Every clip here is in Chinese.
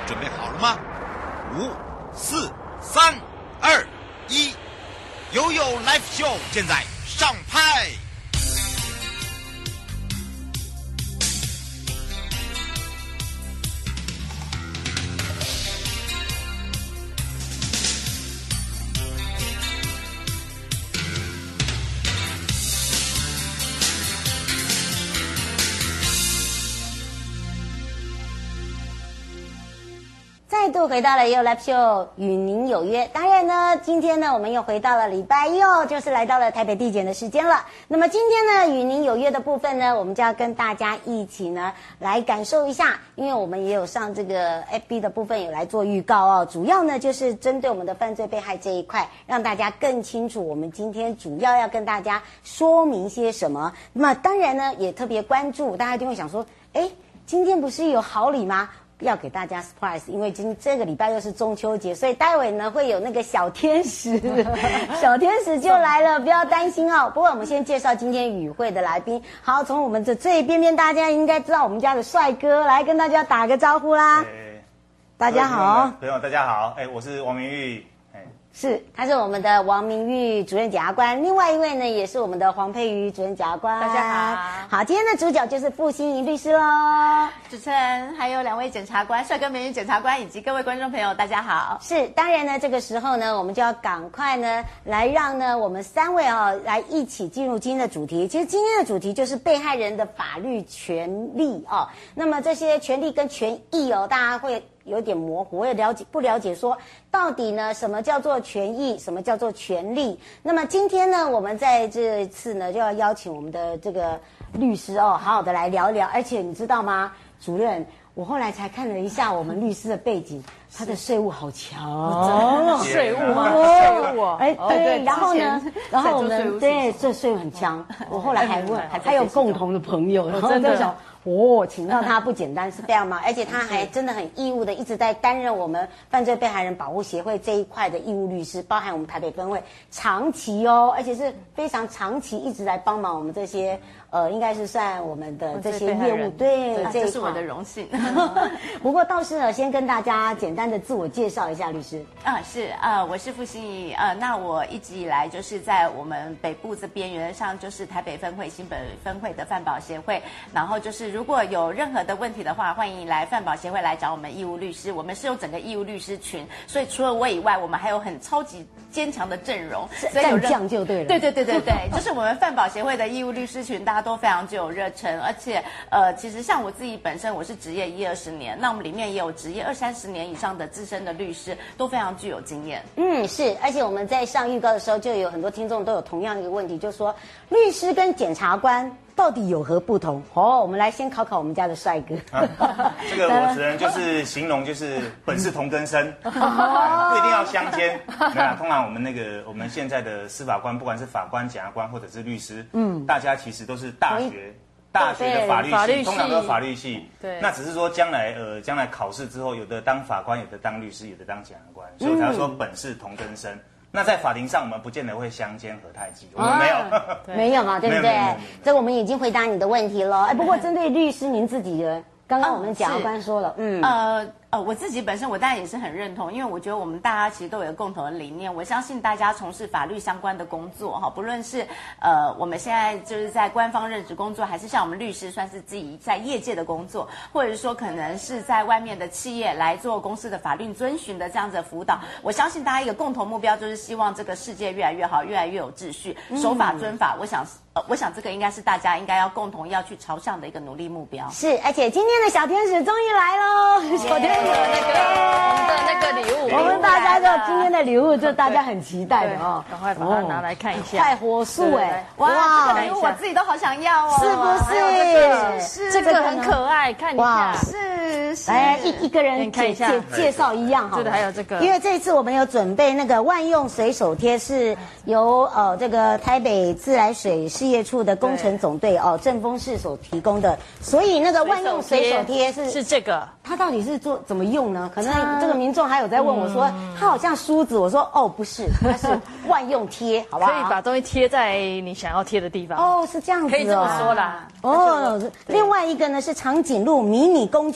准备好了吗？5、4、3、2、1，悠悠 Live Show 现在上拍。 再度回到了悠悠 Live Show 与您有约。当然呢，今天呢，我们又回到了礼拜一哦，就是来到了台北地检的时间了。那么今天呢，与您有约的部分呢，我们就要跟大家一起呢来感受一下，因为我们也有上这个 FB 的部分有来做预告哦。主要呢就是针对我们的犯罪被害这一块，让大家更清楚我们今天主要要跟大家说明些什么。那么当然呢，也特别关注，大家一定会想说，哎，今天不是有好礼吗？要给大家 surprise， 因为这个礼拜又是中秋节，所以待会呢会有那个小天使，小天使就来了，不要担心哦。不过我们先介绍今天与会的来宾。好，从我们的这一边，大家应该知道我们家的帅哥，来跟大家打个招呼啦。大家好， 朋友大家好，我是王明玉。 是，他是我们的王明玉主任检察官，另外一位呢也是我们的黄佩瑜主任检察官。 大家好。 好，今天的主角就是傅欣怡律师喽。 主持人还有2位检察官，帅哥美女检察官以及各位观众朋友，大家好。 是，当然呢，这个时候呢，我们就要赶快呢来让呢我们3位来一起进入今天的主题。其实今天的主题就是被害人的法律权利哦。那么这些权利跟权益哦，大家会有点模糊，也不了解说到底呢什么叫做权益，什么叫做权利。那么今天呢，我们在这一次呢就要邀请我们的这个律师哦，好好的来聊一聊。而且你知道吗，主任，我后来才看了一下我们律师的背景，他的税务好强哦， 税务吗？ 税务哦， 对，然后呢，然后我们对这税务很强。我后来还问，还有共同的朋友，然后就想。请到他不简单，是非常忙，而且他还真的很义务的一直在担任我们犯罪被害人保护协会这一块的义务律师，包含我们台北分会长期哦，而且是非常长期一直来帮忙我们这些应该是算我们的这些业务，对， 这是我的荣幸。 不过倒是呢，先跟大家简单的自我介绍一下，律师。 我是傅欣怡，那我一直以来就是在我们北部这边缘上，就是台北分会、新北分会的犯保协会，然后就是如果有任何的问题的话，欢迎来犯保协会来找我们义务律师。我们是有整个义务律师群，所以除了我以外，我们还有很超级坚强的阵容， 所以有将就对了。 对，就是我们犯保协会的义务律师群，大家都非常具有热忱，而且其实像我自己本身，我是职业10-20年，那我们里面也有职业20-30年以上的资深的律师，都非常具有经验。 是，而且我们在上预告的时候，就有很多听众都有同样的一个问题，就是说律师跟检察官到底有何不同？我们来先考考我们家的帅哥。 这个我只能就是形容就是本是同根生，不一定要相间。通常我们现在的司法官，不管是法官、检察官或者是律师，大家其实都是大学的法律系，通常都是法律系。对，那只是说将来考试之后，有的当法官，有的当律师，有的当检察官，所以我才会说本是同根生。那在法庭上，我们不见得会相煎何太急，我们没有， 没有嘛，对不对？这个我们已经回答你的问题了。不过针对律师您自己的，刚刚我们检察官说了， 我自己本身我当然也是很认同，因为我觉得我们大家其实都有一个共同的理念。我相信大家从事法律相关的工作哈，不论是我们现在就是在官方任职工作，还是像我们律师算是自己在业界的工作，或者说可能是在外面的企业来做公司的法律遵循的这样子的辅导。我相信大家一个共同目标就是希望这个世界越来越好，越来越有秩序，守法遵法。我想这个应该是大家应该要共同要去朝向的一个努力目标。 是，而且今天的小天使终于来喽！小天使我们的那个礼物， 我们大家的今天的礼物，就大家很期待的哦。 赶快把它拿来看一下。 快火速哇！这个礼物我自己都好想要哦， 是不是？ 这个很可爱，看一下。是。 来一个人介绍一样哈。 对的，还有这个。 因为这一次我们有准备那个万用水手贴，是由这个台北自来水事业处的工程总队正丰市所提供的，所以那个万用水手贴是这个。 它到底是怎么用呢？可能这个民众还有在问我说，它好像梳子，我说不是，它是万用贴，好不好？ 可以把东西贴在你想要贴的地方。 是这样子可以这么说啦。 另外一个呢是长颈鹿迷你工具组， 这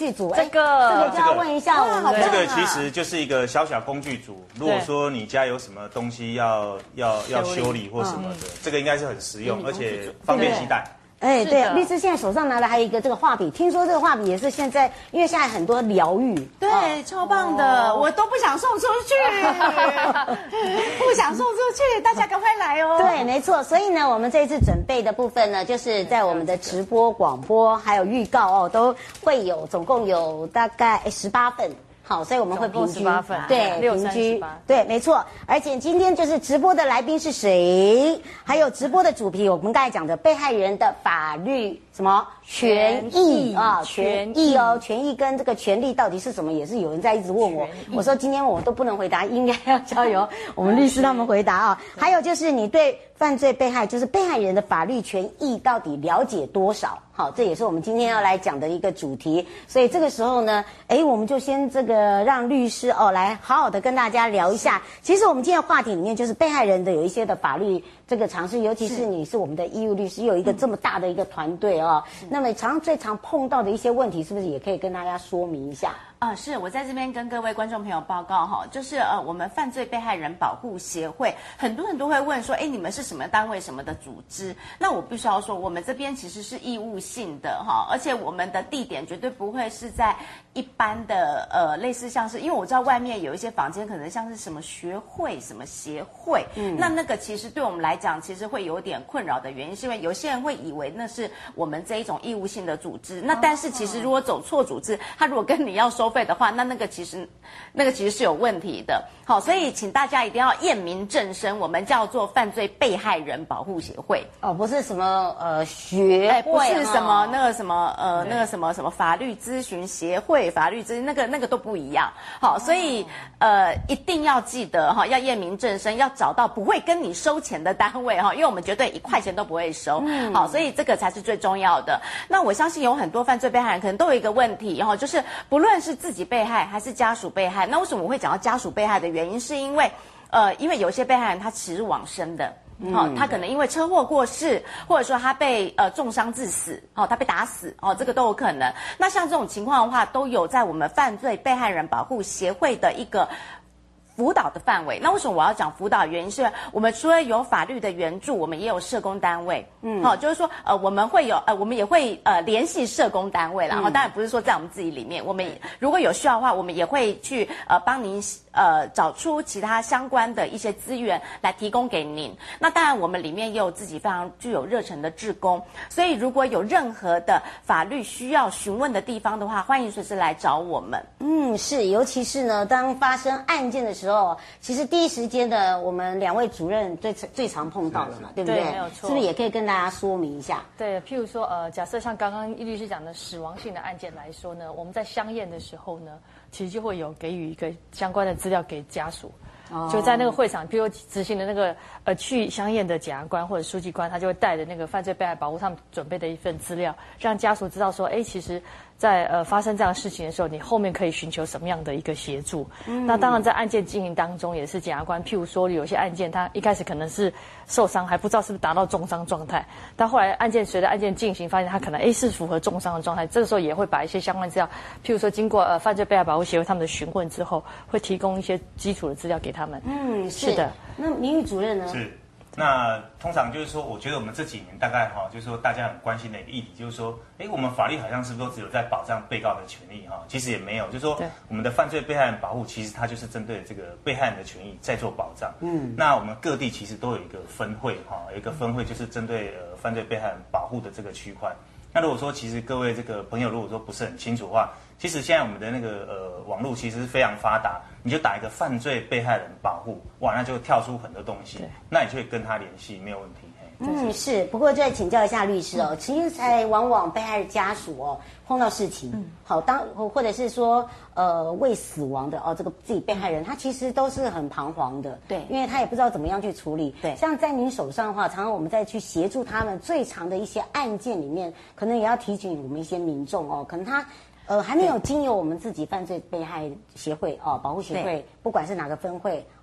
个就要问一下我们这个其实就是一个小小工具组。如果说你家有什么东西要修理或什么的，这个应该是很实用，而且方便携带。 哎，对，律师现在手上拿的还有一个这个画笔，听说这个画笔也是现在，因为现在很多疗愈， 对，超棒的，我都不想送出去，不想送出去，大家赶快来哦。 对，没错，所以呢，我们这一次准备的部分呢，就是在我们的直播、广播还有预告哦，都会有，总共有大概18份。好，所以我们会平均 18份， 对，平均，对，没错。而且今天就是直播的来宾是谁，还有直播的主题，我们刚才讲的被害人的法律什么权益啊，权益哦，权益跟这个权利到底是什么，也是有人在一直问我。我说今天我都不能回答，应该要交由我们律师他们回答啊。还有就是你对犯罪被害，就是被害人的法律权益到底了解多少？好，这也是我们今天要来讲的一个主题。所以这个时候呢，我们就先这个让律师来好好的跟大家聊一下。其实我们今天的话题里面就是被害人的有一些的法律这个常识，尤其是你是我们的义务律师，有一个这么大的一个团队哦。那么最常碰到的一些问题，是不是也可以跟大家说明一下？ 是我在这边跟各位观众朋友报告哈，就是我们犯罪被害人保护协会，很多人都会问说，你们是什么单位什么的组织？那我必须要说，我们这边其实是义务性的哈，而且我们的地点绝对不会是在一般的类似像是，因为我知道外面有一些房间可能像是什么学会什么协会，那个其实对我们来讲其实会有点困扰的原因，是因为有些人会以为那是我们这一种义务性的组织，那但是其实如果走错组织，他如果跟你要收费的话，那个其实是有问题的。好，所以请大家一定要验明正身，我们叫做犯罪被害人保护协会哦，不是什么学会， 不是什么那个什么法律咨询协会、法律咨询那个都不一样。好，所以一定要记得哈，要验明正身，要找到不会跟你收钱的单位哈，因为我们绝对1块钱都不会收。好，所以这个才是最重要的。那我相信有很多犯罪被害人可能都有一个问题哈，就是不论是自己被害还是家属被害，那为什么我会讲到家属被害的原因，是因为有些被害人他其实往生的。他可能因为车祸过世，或者说他被重伤致死，他被打死，这个都有可能。那像这种情况的话，都有在我们犯罪被害人保护协会的一个辅导的范围。那为什么我要讲辅导？原因是我们除了有法律的援助，我们也有社工单位。就是说我们会有我们也会联系社工单位啦。当然不是说在我们自己里面，我们如果有需要的话，我们也会去帮您找出其他相关的一些资源来提供给您。那当然我们里面也有自己非常具有热忱的志工，所以如果有任何的法律需要询问的地方的话，欢迎随时来找我们。 是，尤其是呢，当发生案件的时候，其实第一时间的我们2位主任最常碰到的嘛，对不对？ 对，没有错。 是不是也可以跟大家说明一下？ 对，譬如说假设像刚刚易律师讲的死亡性的案件来说呢，我们在相验的时候呢，其实就会有给予一个相关的资料给家属。就在那个会场，譬如执行的那个去相验的检察官或者书记官，他就会带着那个犯罪被害保护他们准备的一份资料，让家属知道说，其实在发生这样的事情的时候，你后面可以寻求什么样的一个协助。那当然在案件进行当中，也是检察官，譬如说有些案件他一开始可能是受伤，还不知道是不是达到重伤状态，但后来随着案件进行，发现他可能是符合重伤的状态，这个时候也会把一些相关资料，譬如说经过犯罪被害保护协会他们的询问之后，会提供一些基础的资料给他们。 是的。那名誉主任呢？ 是。那通常就是说，我觉得我们这几年大概就是说大家很关心的一个议题，就是说，我们法律好像是不是都只有在保障被告的权利其实也没有，就是说我们的犯罪被害人保护，其实它就是针对这个被害人的权益在做保障。那我们各地其实都有一个分会有一个分会就是针对犯罪被害人保护的这个区块。那如果说其实各位这个朋友如果说不是很清楚的话，其实现在我们的那个网络其实是非常发达，你就打一个犯罪被害人保护，哇，那就跳出很多东西，那你就会跟他联系，没有问题。 是。不过再请教一下律师其实往往被害人家属碰到事情，或者是说未死亡的这个自己被害人，他其实都是很彷徨的， 对， 因为他也不知道怎么样去处理。 对， 像在您手上的话，常常我们再去协助他们最长的一些案件里面，可能也要提醒我们一些民众可能他还没有经由我们自己犯罪被害协会保护协会，不管是哪个分会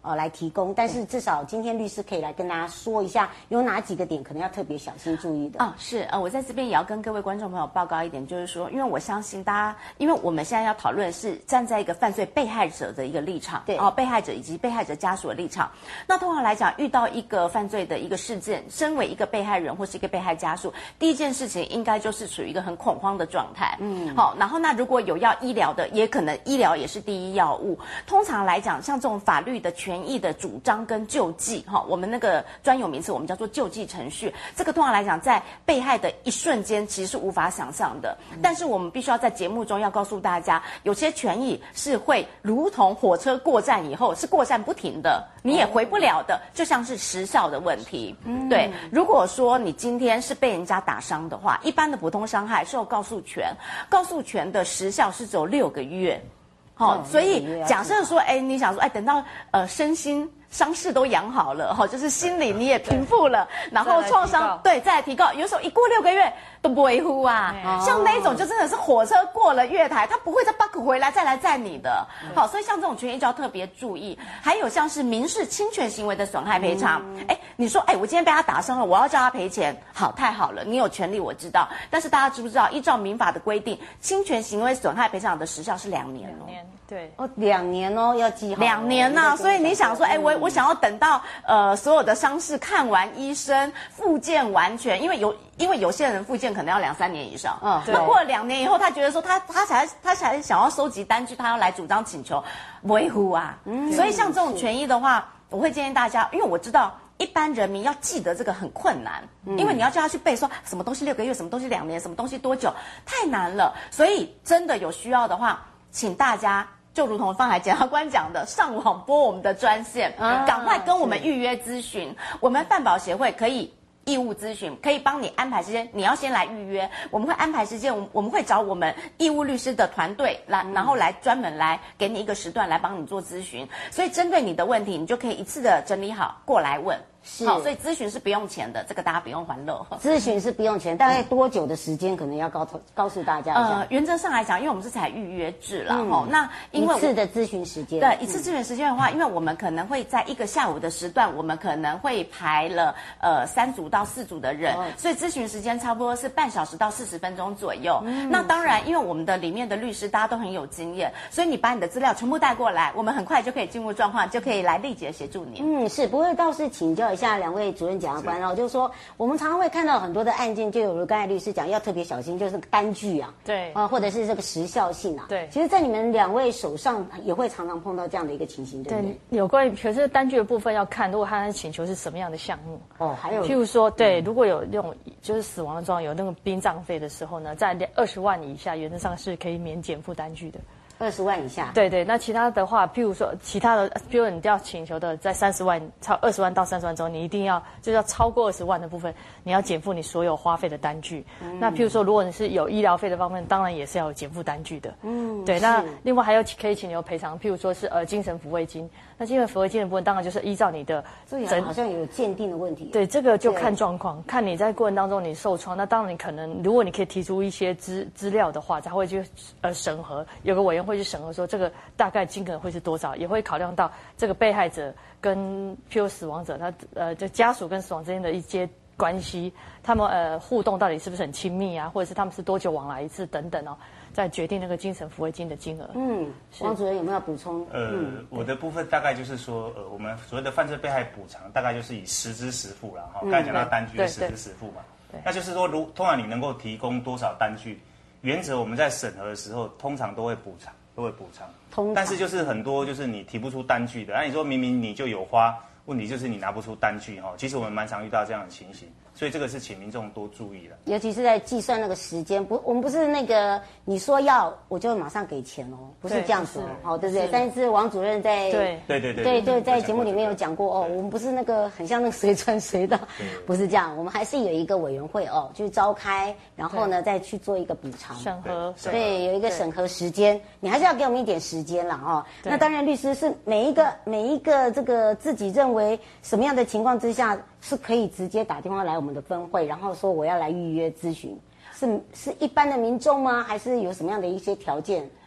来提供，但是至少今天律师可以来跟大家说一下，有哪几个点可能要特别小心注意的。 是我在这边也要跟各位观众朋友报告一点，就是说，因为我相信大家，因为我们现在要讨论的是站在一个犯罪被害者的一个立场， 对， 被害者以及被害者家属的立场。那通常来讲，遇到一个犯罪的一个事件，身为一个被害人或是一个被害家属，第一件事情应该就是处于一个很恐慌的状态。好，然后那如果有要医疗的，也可能医疗也是第一要务。通常来讲，像这种法律的权益的主张跟救济，我们那个专有名词我们叫做救济程序，这个通常来讲，在被害的一瞬间其实是无法想象的。但是我们必须要在节目中要告诉大家，有些权益是会如同火车过站以后是过站不停的，你也回不了的，就像是时效的问题。对，如果说你今天是被人家打伤的话，一般的普通伤害是有告诉权，告诉权的时效是只有6个月。所以假设说，你想说，等到身心伤势都养好了，就是心理你也平复了，然后创伤再来提告，有时候一过6个月都不维护啊。像那种就真的是火车过了月台，他不会再 back 回来再来载你的。好，所以像这种权益就要特别注意。还有像是民事侵权行为的损害赔偿，你说，我今天被他打伤了，我要叫他赔钱，好，太好了，你有权利我知道。但是大家知不知道，依照民法的规定，侵权行为损害赔偿的时效是2年哦。 对 ，2年哦，要记好。 2年呐，所以你想说，我想要等到所有的伤势看完医生，复健完全，因为有些人复健可能要2、3年以上，那过了2年以后，他觉得说他才想要收集单据，他要来主张请求维护啊。所以像这种权益的话，我会建议大家，因为我知道一般人民要记得这个很困难，因为你要叫他去背说什么东西6个月，什么东西2年，什么东西多久，太难了。所以真的有需要的话，请大家就如同方海检察官讲的，上网拨我们的专线，赶快跟我们预约咨询。我们犯保协会可以义务咨询，可以帮你安排时间，你要先来预约，我们会安排时间，我们会找我们义务律师的团队来，然后来专门来给你一个时段来帮你做咨询。所以针对你的问题，你就可以一次的整理好过来问。好，所以咨询是不用钱的，这个大家不用还乐。 咨询是不用钱，大概多久的时间？可能要告诉大家一下。 原则上来讲，因为我们是采预约制了，那因为一次的咨询时间， 对，一次咨询时间的话，因为我们可能会在一个下午的时段，我们可能会排了3组到4组的人，所以咨询时间差不多是半小时到40分钟左右。那当然，因为我们的里面的律师大家都很有经验，所以你把你的资料全部带过来，我们很快就可以进入状况，就可以来立即协助你。 是，不过倒是请教一下2位主任检察官就是说我们常常会看到很多的案件，就有如刚才律师讲，要特别小心，就是单据啊， 对或者是这个时效性啊， 对。 其实，在你们2位手上也会常常碰到这样的一个情形，对不对？ 有关于可是单据的部分要看，如果他的请求是什么样的项目还有譬如说，对，如果有那种就是死亡的状况，有那个殡葬费的时候呢，在20万以下，原则上是可以免减负单据的。 20万以下， 对，那其他的话，譬如说其他的，譬如你要请求的在30万，超20万到30万中，你一定要就是要超过20万的部分，你要减负你所有花费的单据。那譬如说，如果你是有医疗费的方面，当然也是要有减负单据的。对。那另外还有可以请求赔偿，譬如说是精神抚慰金。那精神抚慰金的部分，当然就是依照你的好像有鉴定的问题。 对，这个就看状况，看你在过程当中你受创，那当然你可能，如果你可以提出一些资料的话，才会去审核，有个委员会去审核说这个大概金额会是多少，也会考量到这个被害者跟譬如死亡者他就家属跟死亡之间的一些关系，他们互动到底是不是很亲密啊，或者是他们是多久往来一次等等再决定那个精神抚慰金的金额。 王主任有没有补充？ 我的部分大概就是说，我们所谓的犯罪被害补偿，大概就是以实支实付啦。刚才讲到单据是实支实付嘛，那就是说，通常你能够提供多少单据，原则我们在审核的时候，通常都会补偿。但是就是很多就是你提不出单据的，那你说明明你就有花，问题就是你拿不出单据其实我们蛮常遇到这样的情形。所以这个是请民众多注意了， 尤其是在计算那个时间，我们不是那个你说要我就马上给钱不是这样子对不对？但是王主任在对在节目里面有讲过我们不是那个很像那个随传随到，不是这样，我们还是有一个委员会去召开，然后呢再去做一个补偿审核， 对，有一个审核时间，你还是要给我们一点时间啦那当然律师是每一个这个自己认为什么样的情况之下是可以直接打电话来我们的分会，然后说我要来预约咨询，是一般的民众吗？还是有什么样的一些条件？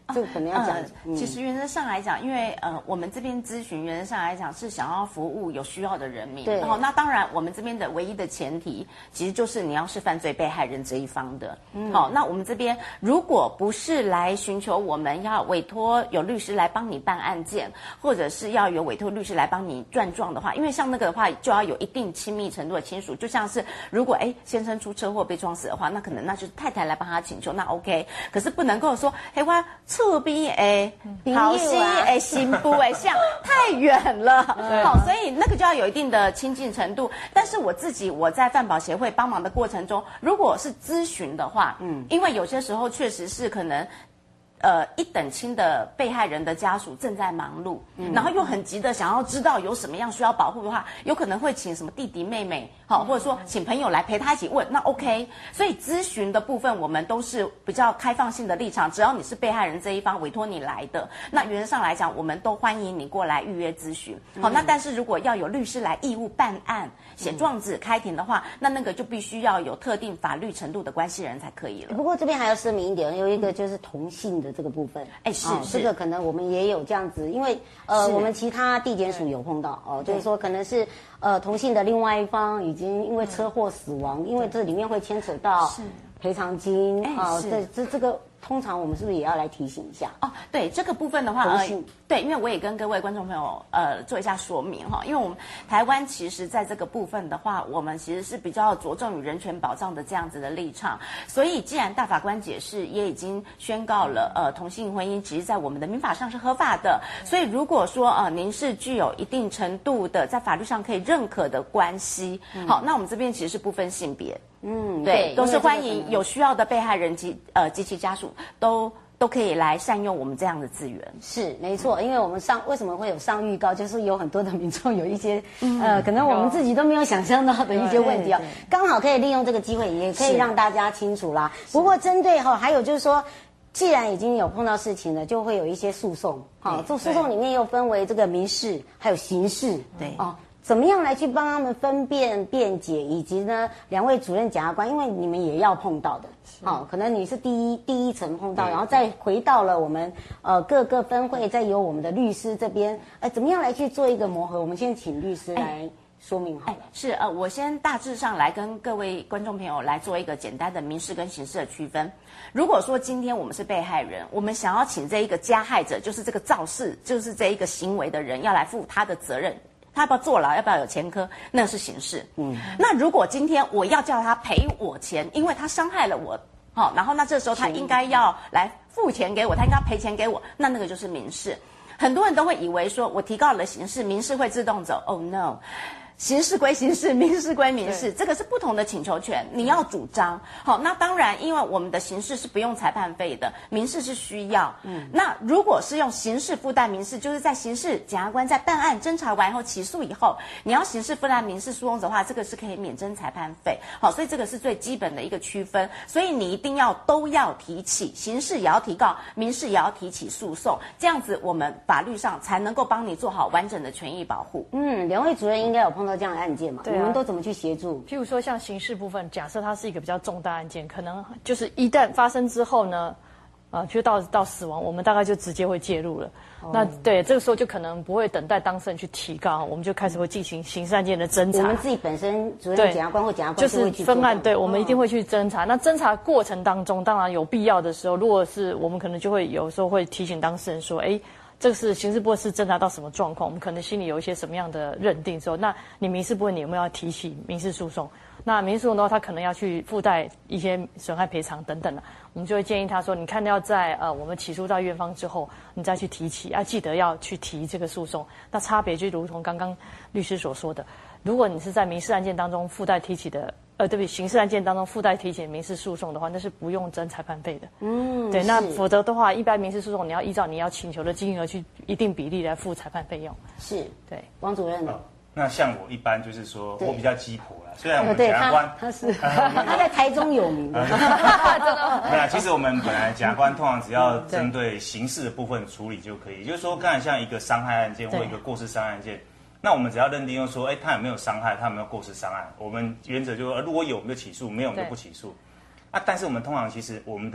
这个可能要讲。 其实原则上来讲，因为我们这边咨询原则上来讲是想要服务有需要的人民。 对。 然后那当然，我们这边的唯一的前提，其实就是你要是犯罪被害人这一方的。好，那我们这边如果不是来寻求我们要委托有律师来帮你办案件，或者是要有委托律师来帮你断状的话，因为像那个的话就要有一定亲密程度的亲属，就像是如果先生出车祸被撞死的话，那可能那就是太太来帮他请求，那 OK。可是不能够说我厝边好心新妇像太远了，好，所以那个就要有一定的亲近程度。但是我在犯保协会帮忙的过程中，如果是咨询的话，因为有些时候确实是可能。一等亲的被害人的家属正在忙碌，然后又很急的想要知道有什么样需要保护的话，有可能会请什么弟弟妹妹，或者说请朋友来陪他一起问，那 OK。所以咨询的部分我们都是比较开放性的立场，只要你是被害人这一方委托你来的，那原则上来讲，我们都欢迎你过来预约咨询。好，那但是如果要有律师来义务办案、写状子、开庭的话，那个就必须要有特定法律程度的关系人才可以了。 不过这边还要声明一点，有一个就是同性的这个部分， 是这个可能我们也有这样子，因为我们其他地检署有碰到就是说可能是同性的另外一方已经因为车祸死亡，因为这里面会牵扯到赔偿金这个。通常我们是不是也要来提醒一下？ 对这个部分的话，对，因为我也跟各位观众朋友做一下说明因为我们台湾其实在这个部分的话，我们其实是比较着重于人权保障的这样子的立场，所以既然大法官解释也已经宣告了同性婚姻其实在我们的民法上是合法的，所以如果说您是具有一定程度的在法律上可以认可的关系，好，那我们这边其实是不分性别。对，都是欢迎有需要的被害人及其家属都可以来善用我们这样的资源。 是没错，因为我们为什么会有上预告，就是有很多的民众有一些可能我们自己都没有想象到的一些问题刚好可以利用这个机会，也可以让大家清楚啦。不过针对还有就是说，既然已经有碰到事情了，就会有一些诉讼。这诉讼里面又分为这个民事还有刑事。 对怎么样来去帮他们分辨辩解，以及呢两位主任检察官，因为你们也要碰到的，可能你是第一层碰到，然后再回到了我们各个分会，再由我们的律师这边，怎么样来去做一个磨合？我们先请律师来说明好了。 是我先大致上来跟各位观众朋友来做一个简单的民事跟刑事的区分。如果说今天我们是被害人，我们想要请这一个加害者，就是这个肇事，就是这一个行为的人，要来负他的责任。他要不要坐牢，要不要有前科，那是刑事。那如果今天我要叫他赔我钱，因为他伤害了我，然后那这时候他应该要来付钱给我，他应该赔钱给我，那个就是民事。很多人都会以为说我提告了刑事，民事会自动走。Oh no！刑事归刑事，民事归民事，这个是不同的请求权，你要主张。好，那当然，因为我们的刑事是不用裁判费的，民事是需要。那如果是用刑事附带民事，就是在刑事检察官在办案侦查完以后起诉以后，你要刑事附带民事诉讼的话，这个是可以免征裁判费。好，所以这个是最基本的一个区分。所以你一定要都要提起，刑事也要提告，民事也要提起诉讼，这样子我们法律上才能够帮你做好完整的权益保护。 两位主任应该有碰到这样的案件嘛？你们都怎么去协助？ 譬如说像刑事部分，假设它是一个比较重大案件，可能就是一旦发生之后呢，就到死亡，我们大概就直接会介入了。那对这个时候就可能不会等待当事人去提告，我们就开始会进行刑事案件的侦查。 我们自己本身主任检察官或检察官就是分案，对，我们一定会去侦查。那侦查过程当中，当然有必要的时候，如果是我们可能就会有时候会提醒当事人说，这个是刑事部是侦查到什么状况，我们可能心里有一些什么样的认定之后，那你民事部你有没有要提起民事诉讼？那民事诉讼的话，他可能要去附带一些损害赔偿等等的，我们就会建议他说，你看要在我们起诉到院方之后，你再去提起，记得要去提这个诉讼。那差别就如同刚刚律师所说的，如果你是在民事案件当中附带提起的。对不起，刑事案件当中附带提起民事诉讼的话，那是不用征裁判费的。对，那否则的话，一般民事诉讼你要依照你要请求的金额去一定比例来付裁判费用。 是， 对， 王主任呢？ 那像我一般就是说我比较鸡婆啦，虽然我们检察官他是他在台中有名的， 没有，其实我们本来检察官通常只要针对刑事的部分处理就可以，也就是说，刚才像一个伤害案件或一个过失伤害案件。那我们只要认定说，他有没有伤害，他有没有过失伤害，我们原则就是，如果有我们就起诉，没有我们就不起诉。但是我们通常其实我们的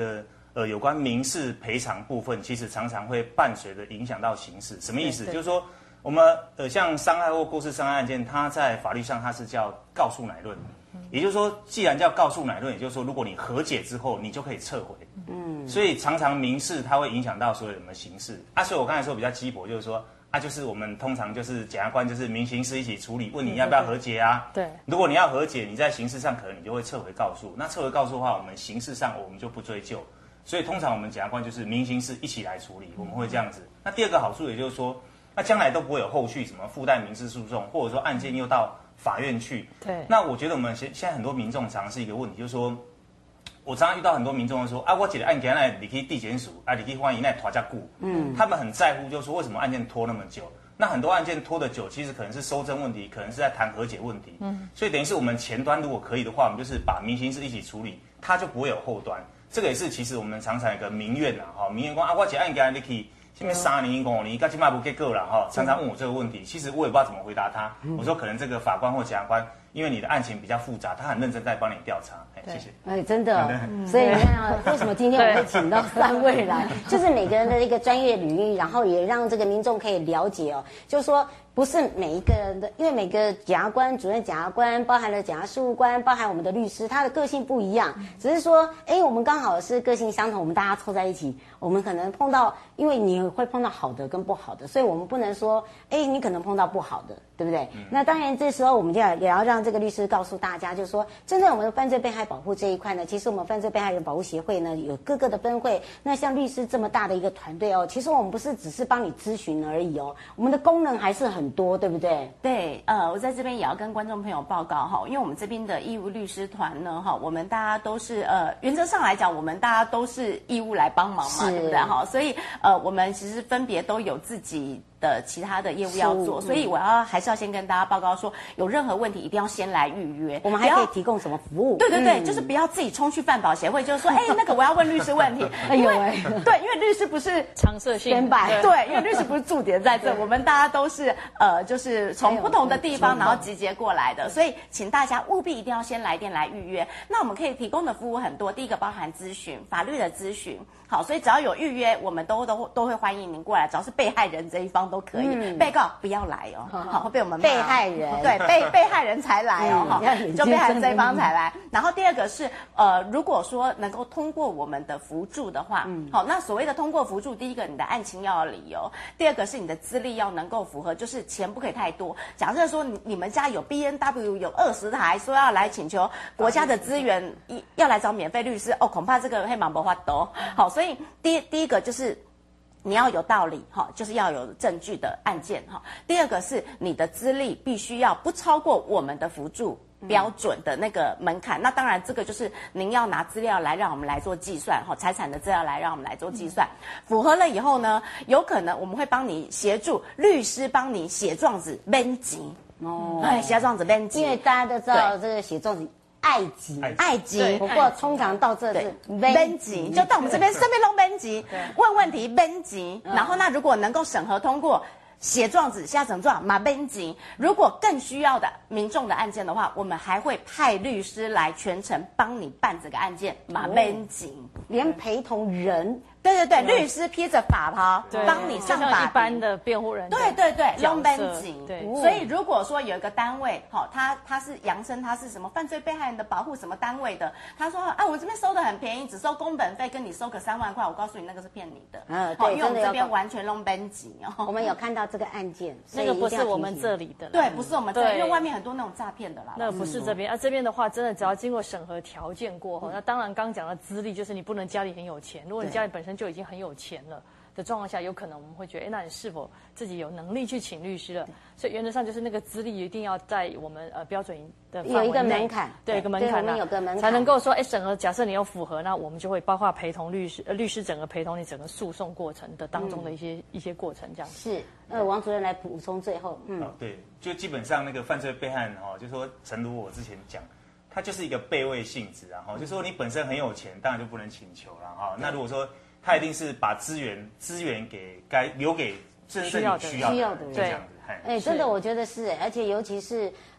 有关民事赔偿部分，其实常常会伴随着影响到刑事。什么意思？就是说，我们像伤害或过失伤害案件，它在法律上它是叫告诉乃论，也就是说，既然叫告诉乃论，也就是说，如果你和解之后，你就可以撤回。所以常常民事它会影响到所有的刑事啊。所以我刚才说比较鸡婆，就是说就是我们通常就是检察官就是民刑事一起处理，问你要不要和解啊？ 对， 如果你要和解，你在刑事上可能你就会撤回告诉。那撤回告诉的话，我们刑事上我们就不追究。所以通常我们检察官就是民刑事一起来处理，我们会这样子。那第二个好处也就是说，那将来都不会有后续什么附带民事诉讼，或者说案件又到法院去。 对。 那我觉得我们现在很多民众常常是一个问题，就是说，我常常遇到很多民众说我这个案件那你去地检署你去欢迎那拖加固，他们很在乎，就是说为什么案件拖那么久？那很多案件拖得久，其实可能是收证问题，可能是在谈和解问题。所以等于是我们前端如果可以的话，我们就是把民刑事一起处理，它就不会有后端。这个也是其实我们常常有个民怨民怨说我这案件你去下面3年5年，到现在不结果了常常问我这个问题，其实我也不知道怎么回答他。我说可能这个法官或检察官，因为你的案情比较复杂，他很认真在帮你调查。谢谢。 真的，所以你看为什么今天我会请到3位来，就是每个人的一个专业领域，然后也让这个民众可以了解就是说不是每一个人的，因为每个检察官、主任检察官，包含了检察事务官，包含我们的律师，他的个性不一样，只是说，我们刚好是个性相同，我们大家凑在一起，我们可能碰到，因为你会碰到好的跟不好的，所以我们不能说，你可能碰到不好的，对不对？那当然，这时候我们也要让这个律师告诉大家，就是说，针对我们的犯罪被害保护这一块呢，其实我们犯罪被害人保护协会呢有各个的分会，那像律师这么大的一个团队其实我们不是只是帮你咨询而已我们的功能还是很多，对不对？ 对，我在这边也要跟观众朋友报告因为我们这边的义务律师团呢我们大家都是原则上来讲，我们大家都是义务来帮忙嘛，对不对所以我们其实分别都有自己的其他的业务要做，所以我还是要先跟大家报告说，有任何问题一定要先来预约。 我们还可以提供什么服务？ 对，就是不要自己冲去犯保协会，就是说，那个我要问律师问题，因为律师不是常设性对，因为律师不是驻点在这，我们大家都是就是从不同的地方然后集结过来的，所以请大家务必一定要先来电来预约。那我们可以提供的服务很多，第一个包含咨询，法律的咨询。好，所以只要有预约，我们都会欢迎您过来，只要是被害人这一方都可以，被告不要来好，会被我们骂被害人对被害人才来就被害人这一方才来。然后第二个是如果说能够通过我们的辅助的话，好，那所谓的通过辅助，第一个你的案情要有理由，第二个是你的资历要能够符合，就是钱不可以太多。假设说你们家有 BMW 有20台，说要来请求国家的资源要来找免费律师恐怕这个会蛮不法度。好，所以第一个就是你要有道理就是要有证据的案件第二个是你的资历必须要不超过我们的辅助标准的那个门槛。那当然这个就是您要拿资料来让我们来做计算财产的资料来让我们来做计算，符合了以后呢，有可能我们会帮你协助律师帮你写状子编辑写状子编辑， 因为大家都知道这个写状子爱急，不过通常到这是编辑，就到我们这边身边弄编辑，问问题编辑，然后那如果能够审核通过，写状子下整状马编辑，如果更需要的民众的案件的话，我们还会派律师来全程帮你办这个案件马编辑， 连陪同人。 对，律师披着法袍帮你上法庭， 一般的辩护人。 对，用编辑。 对， 所以如果说有一个单位，他是扬声，他是什么犯罪被害人的保护什么单位的，他说我这边收的很便宜，只收工本费，跟你收个3万块，我告诉你那个是骗你的。 对， 因为我们这边完全用编辑我们有看到这个案件， 那个不是我们这里的。 对，不是我们这里，因为外面很多那种诈骗的啦。 那不是这边这边的话，真的只要经过审核条件过后，那当然刚讲的资历就是你不能家里很有钱，如果你家里本身就已经很有钱了的状况下，有可能我们会觉得，那你是否自己有能力去请律师了？所以原则上就是那个资历一定要在我们标准的范围内， 有一个门槛， 对，一个门槛， 我们有个门槛， 才能够说，审核假设你有符合，那我们就会包括陪同律师整个陪同你整个诉讼过程的当中的一些过程这样子。 是，王主任来补充最后， 对，就基本上那个犯罪被害人就说诚如我之前讲。它就是一个备位性质就说你本身很有钱，当然就不能请求了那如果说他一定是把资源给留给真正有需要的人，这样子。 真的我觉得是，而且尤其是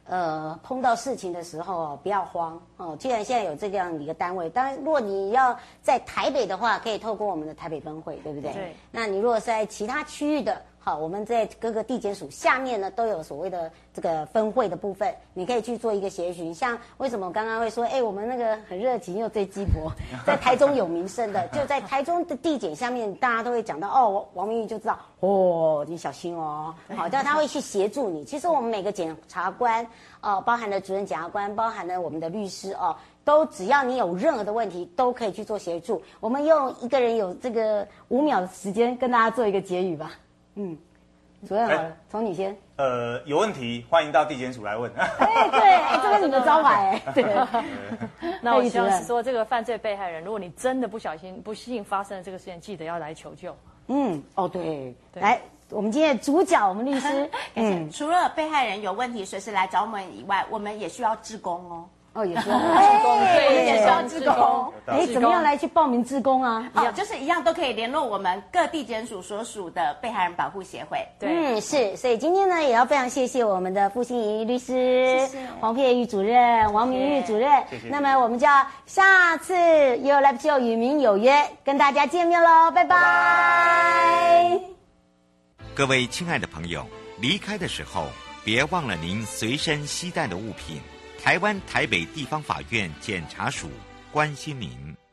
碰到事情的时候不要慌哦。既然现在有这样一个单位，当然如果你要在台北的话，可以透过我们的台北分会，对不对？ 对。 那你如果是在其他区域的，好，我们在各个地检署下面呢都有所谓的这个分会的部分，你可以去做一个协询。像为什么我刚刚会说，我们那个很热情又最鸡婆，在台中有名声的，就在台中的地检下面，大家都会讲到王明玉就知道你小心哦，好，但他会去协助你。其实我们每个检察官包含了主任检察官，包含了我们的律师都只要你有任何的问题，都可以去做协助。我们用一个人有这个5秒的时间跟大家做一个结语吧。主任好了，从你先。 有问题欢迎到地检署来问。 对，这是你的招牌。对。 那我希望是说，这个犯罪被害人，如果你真的不幸发生了这个事情，记得要来求救。 对，来，我们今天的主角，我们律师。 除了被害人有问题随时来找我们以外，我们也需要志工也需要志工， 对，也需要志工。 怎么样来去报名志工啊？ 就是一样都可以联络我们各地检署所属的被害人保护协会。 对，是，所以今天呢，也要非常谢谢我们的傅欣怡律师、黄佩瑜主任、王明玉主任。 谢谢。 那么我们就要下次又来就与民有约跟大家见面喽，拜拜。 各位亲爱的朋友，离开的时候别忘了您随身携带的物品。台湾台北地方法院检察署关心您。